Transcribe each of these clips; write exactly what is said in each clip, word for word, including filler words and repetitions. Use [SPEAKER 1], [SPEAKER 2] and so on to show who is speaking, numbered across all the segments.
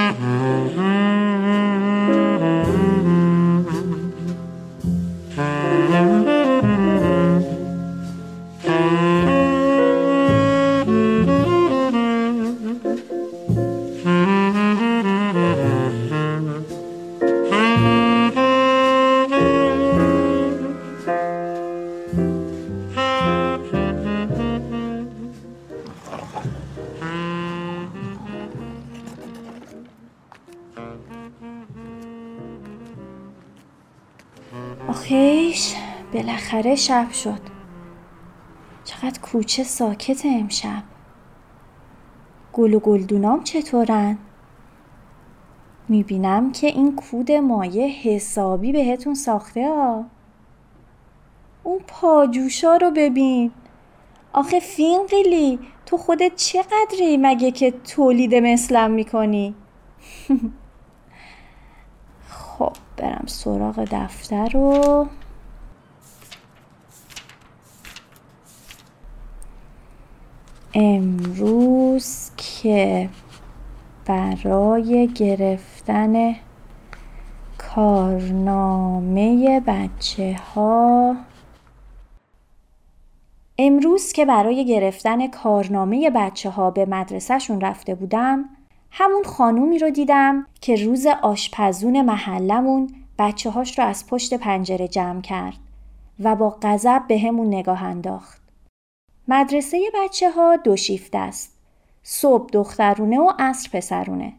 [SPEAKER 1] آخیش بالاخره شب شد. چقدر کوچه ساکت امشب. گل و گلدونام چطورن؟ میبینم که این کود مایه حسابی بهتون ساخته ها. اون پاجوشا رو ببین. آخه فینقیلی تو خودت چقدری مگه که تولید مثلم میکنی؟ خب برم سراغ دفتر رو. امروز که برای گرفتن کارنامه بچه ها امروز که برای گرفتن کارنامه بچه ها به مدرسه شون رفته بودم، همون خانومی رو دیدم که روز آشپزون محلمون بچه هاش رو از پشت پنجره جمع کرد و با غضب به همون نگاه انداخت. مدرسه بچه ها دو شیفت است. صبح دخترونه و عصر پسرونه.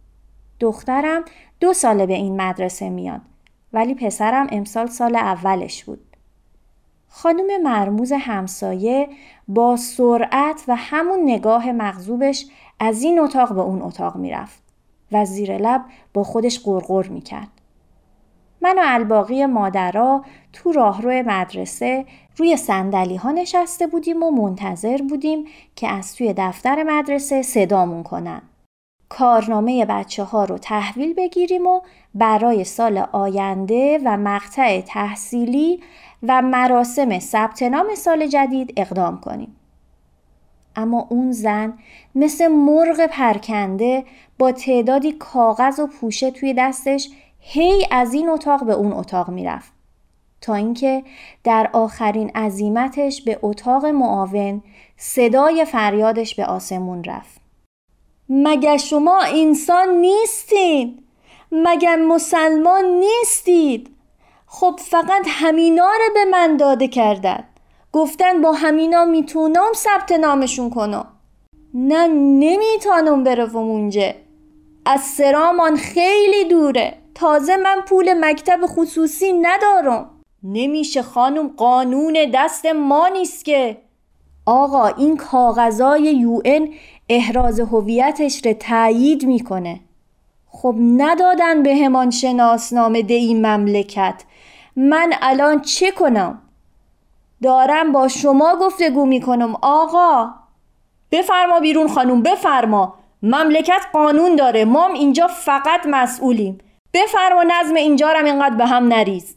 [SPEAKER 1] دخترم دو ساله به این مدرسه میاد ولی پسرم امسال سال اولش بود. خانم مرموز همسایه با سرعت و همون نگاه مغضوبش از این اتاق به اون اتاق میرفت و زیر لب با خودش غرغر میکرد. من و الباقی مادرها تو راهرو مدرسه روی صندلی ها نشسته بودیم و منتظر بودیم که از توی دفتر مدرسه صدامون کنن. کارنامه بچه ها رو تحویل بگیریم و برای سال آینده و مقطع تحصیلی و مراسم ثبت نام سال جدید اقدام کنیم. اما اون زن مثل مرغ پرکنده با تعدادی کاغذ و پوشه توی دستش هی از این اتاق به اون اتاق میرفت تا اینکه در آخرین عزیمتش به اتاق معاون صدای فریادش به آسمون رفت. مگه شما انسان نیستین؟ مگه مسلمان نیستید؟ خب فقط همینا رو به من داده کردن. گفتن با همینا میتونم ثبت نامشون کنم. نه نمیتونم برم اونجا. از سرامان خیلی دوره. تازه من پول مکتب خصوصی ندارم. نمیشه خانم، قانون دست ما نیست که. آقا این کاغذای یو ان احراز هویتش رو تایید میکنه. خب ندادن به همان شناسنامه ده این مملکت. من الان چه کنم؟ دارم با شما گفتگو میکنم آقا. بفرما بیرون خانم، بفرما. مملکت قانون داره، ما اینجا فقط مسئولیم. بفرما نظم اینجا رو اینقدر به هم نریز.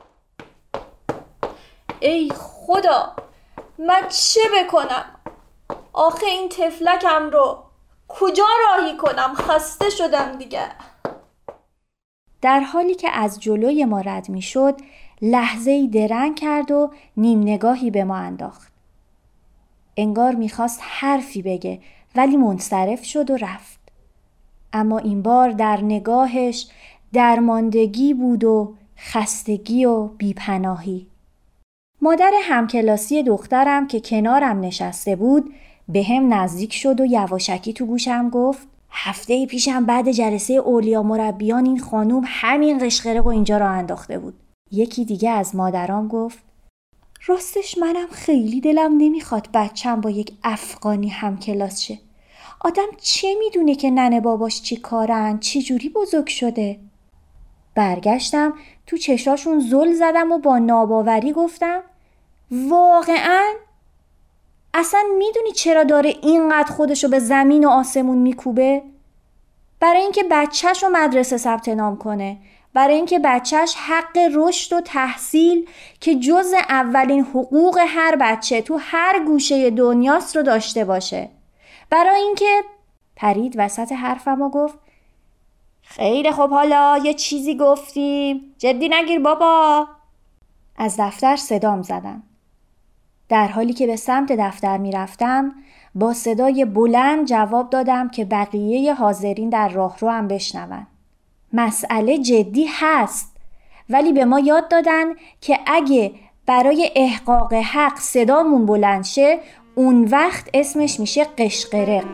[SPEAKER 1] ای خدا، من چه بکنم؟ آخه این تفلکم رو کجا راهی کنم؟ خسته شدم دیگه. در حالی که از جلوی ما رد می شد لحظه‌ای درنگ کرد و نیم نگاهی به ما انداخت. انگار می خواست حرفی بگه ولی منصرف شد و رفت. اما این بار در نگاهش درماندگی بود و خستگی و بیپناهی. مادر همکلاسی دخترم که کنارم نشسته بود به هم نزدیک شد و یواشکی تو گوشم گفت هفته پیشم بعد جلسه اولیا مربیان این خانوم همین قشقرق و اینجا را انداخته بود. یکی دیگه از مادرام گفت راستش منم خیلی دلم نمیخواد بچم با یک افغانی همکلاس شه. آدم چه میدونه که ننه باباش چی کارن، چی جوری بزرگ شده؟ برگشتم تو چشاشون زل زدم و با ناباوری گفتم واقعاً؟ اصلا میدونی چرا داره اینقدر خودشو به زمین و آسمون میکوبه؟ برای اینکه بچه‌شو مدرسه ثبت نام کنه، برای اینکه بچه‌ش حق رشد و تحصیل که جز اولین حقوق هر بچه تو هر گوشه دنیاست رو داشته باشه. برای اینکه پرید وسط حرفم و گفت خیلی خب، حالا یه چیزی گفتیم، جدی نگیر بابا. از دفتر صدام زدن. در حالی که به سمت دفتر می رفتم با صدای بلند جواب دادم که بقیه حاضرین در راهرو هم بشنون. مسئله جدی هست، ولی به ما یاد دادن که اگه برای احقاق حق صدامون بلند شه، اون وقت اسمش میشه قشقرق.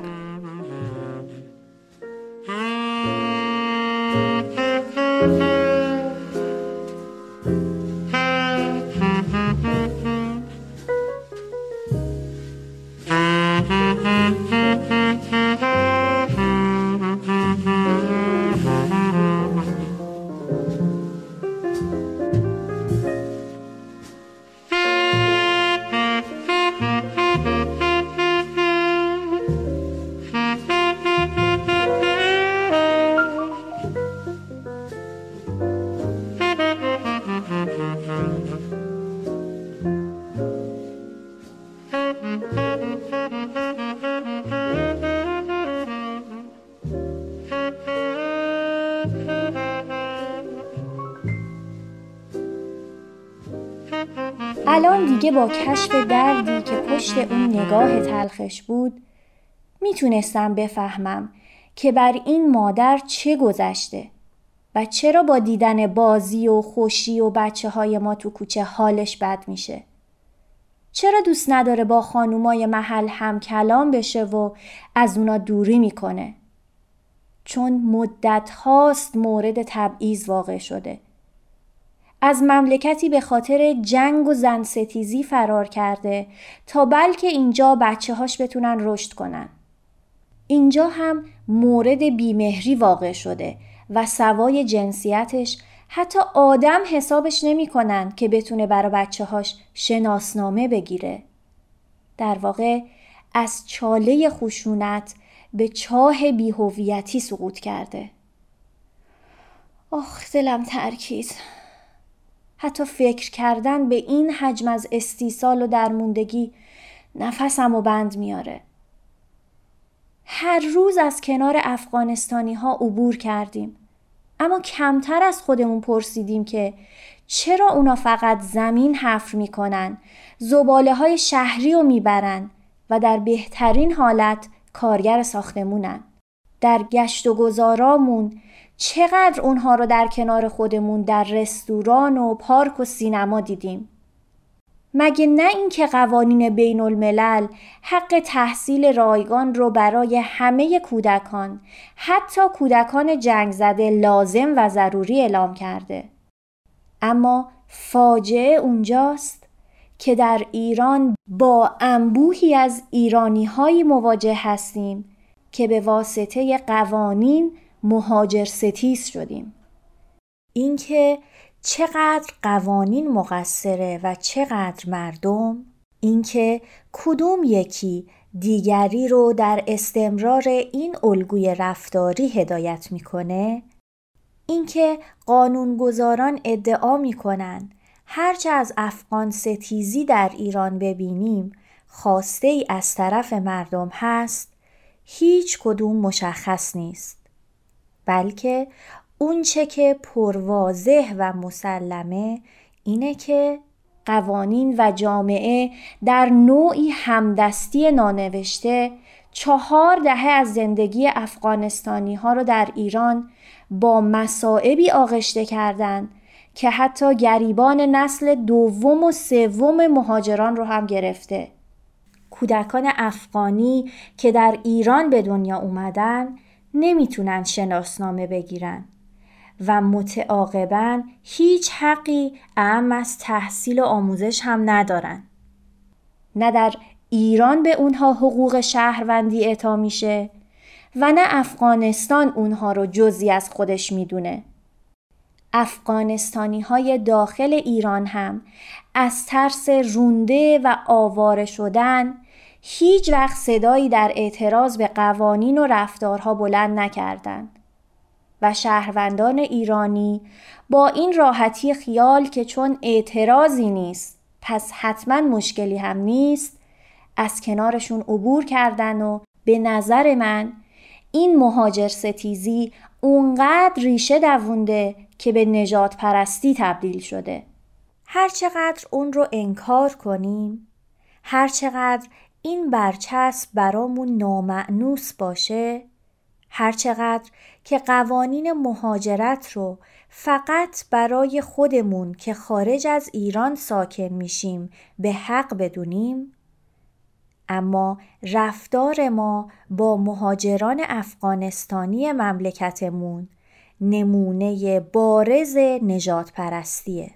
[SPEAKER 1] الان دیگه با کشف دردی که پشت اون نگاه تلخش بود میتونستم بفهمم که بر این مادر چه گذشته و چرا با دیدن بازی و خوشی و بچه های ما تو کوچه حالش بد میشه. چرا دوست نداره با خانومای محل هم کلام بشه و از اونا دوری میکنه؟ چون مدت هاست مورد تبعیض واقع شده. از مملکتی به خاطر جنگ و زن ستیزی فرار کرده تا بلکه اینجا بچه هاش بتونن رشد کنن. اینجا هم مورد بیمهری واقع شده و سوای جنسیتش حتی آدم حسابش نمی کنن که بتونه برای بچه هاش شناسنامه بگیره. در واقع از چاله خشونت به چاه بی‌هویتی سقوط کرده. آخ دلم ترکید. حتی فکر کردن به این حجم از استیصال و درموندگی نفسم رو بند میاره. هر روز از کنار افغانستانی ها عبور کردیم، اما کمتر از خودمون پرسیدیم که چرا اونا فقط زمین حفر میکنن، زباله های شهری رو میبرن و در بهترین حالت کارگر ساختمونن. در گشت و گذارامون چقدر اونها رو در کنار خودمون در رستوران و پارک و سینما دیدیم. مگه نه اینکه قوانین بین الملل حق تحصیل رایگان رو برای همه کودکان، حتی کودکان جنگ زده، لازم و ضروری اعلام کرده؟ اما فاجعه اونجاست که در ایران با انبوهی از ایرانی‌هایی مواجه هستیم که به واسطه قوانین مهاجر ستیز شدیم. اینکه چقدر قوانین مقصره و چقدر مردم، اینکه کدوم یکی دیگری رو در استمرار این الگوی رفتاری هدایت میکنه، اینکه قانونگذاران ادعا میکنن هرچه از افغان ستیزی در ایران ببینیم خواسته ای از طرف مردم هست، هیچ کدوم مشخص نیست، بلکه اون چه که پرواضح و مسلمه اینه که قوانین و جامعه در نوعی همدستی نانوشته چهار دهه از زندگی افغانستانی ها رو در ایران با مصائبی آغشته کردند که حتی گریبان نسل دوم و سوم مهاجران رو هم گرفته. کودکان افغانی که در ایران به دنیا اومدن نمیتونن شناسنامه بگیرن و متعاقباً هیچ حقی اعم از تحصیل و آموزش هم ندارن. نه در ایران به اونها حقوق شهروندی اعطا میشه و نه افغانستان اونها رو جزئی از خودش میدونه. افغانستانی های داخل ایران هم از ترس رونده و آواره شدن هیچ وقت صدایی در اعتراض به قوانین و رفتارها بلند نکردند و شهروندان ایرانی با این راحتی خیال که چون اعتراضی نیست پس حتما مشکلی هم نیست از کنارشون عبور کردن و به نظر من این مهاجر ستیزی اونقدر ریشه دوونده که به نژاد پرستی تبدیل شده. هر چقدر اون رو انکار کنیم، هر چقدر این برچسب برامون نامأنوس باشه، هر چقدر که قوانین مهاجرت رو فقط برای خودمون که خارج از ایران ساکن میشیم به حق بدونیم، اما رفتار ما با مهاجران افغانستانی مملکتمون نمونه بارز نژاد پرستیه.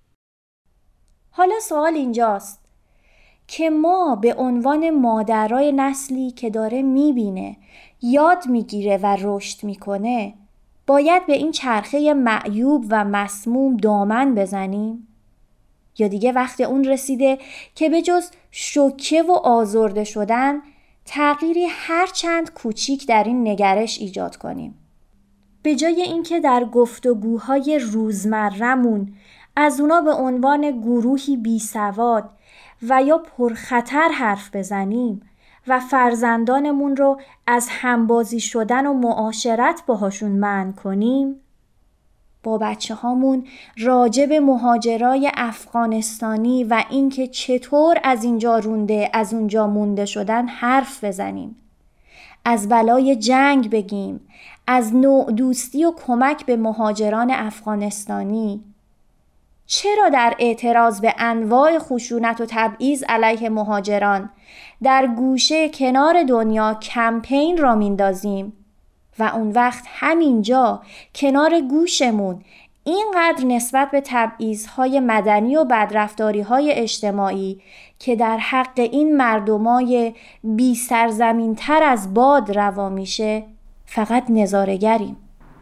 [SPEAKER 1] حالا سوال اینجاست که ما به عنوان مادرای نسلی که داره میبینه، یاد میگیره و رشد میکنه، باید به این چرخه معیوب و مسموم دامن بزنیم؟ یا دیگه وقت اون رسیده که به جز شوکه و آزرده شدن تغییری هر چند کوچیک در این نگرش ایجاد کنیم؟ به جای اینکه در گفتگوهای روزمرمون از اونا به عنوان گروهی بی سواد و یا پرخطر حرف بزنیم و فرزندانمون رو از همبازی شدن و معاشرت باهاشون منع کنیم، با بچه هامون راجع به مهاجرای افغانستانی و اینکه چطور از اینجا رونده از اونجا مونده شدن حرف بزنیم، از بلای جنگ بگیم، از نوع دوستی و کمک به مهاجران افغانستانی. چرا در اعتراض به انواع خشونت و تبعیض علیه مهاجران در گوشه کنار دنیا کمپین را میندازیم و اون وقت همینجا کنار گوشمون اینقدر نسبت به تبعیض‌های مدنی و بدرفتاری‌های اجتماعی که در حق این مردمای بی سرزمین تر از باد روا میشه فقط نظاره‌گریم؟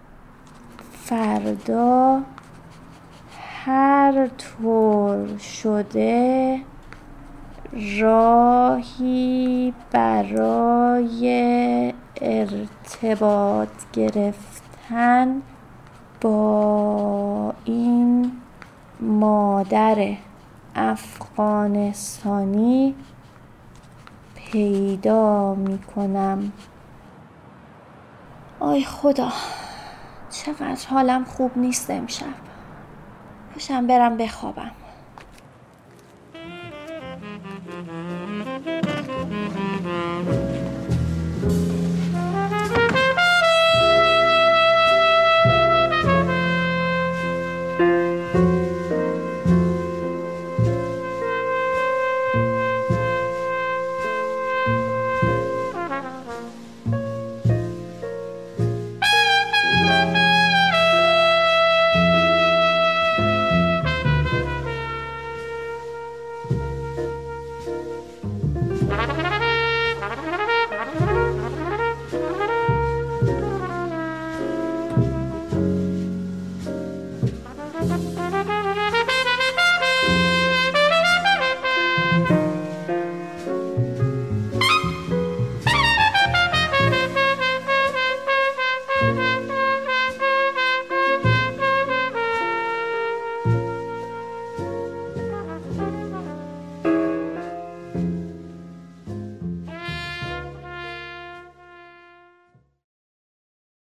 [SPEAKER 1] فردا هر طور شده راهی برای ارتباط گرفتن با این مادر افغانستانی پیدا میکنم. آی خدا، چقدر حالم خوب نیست امشب. پاشم برم بخوابم.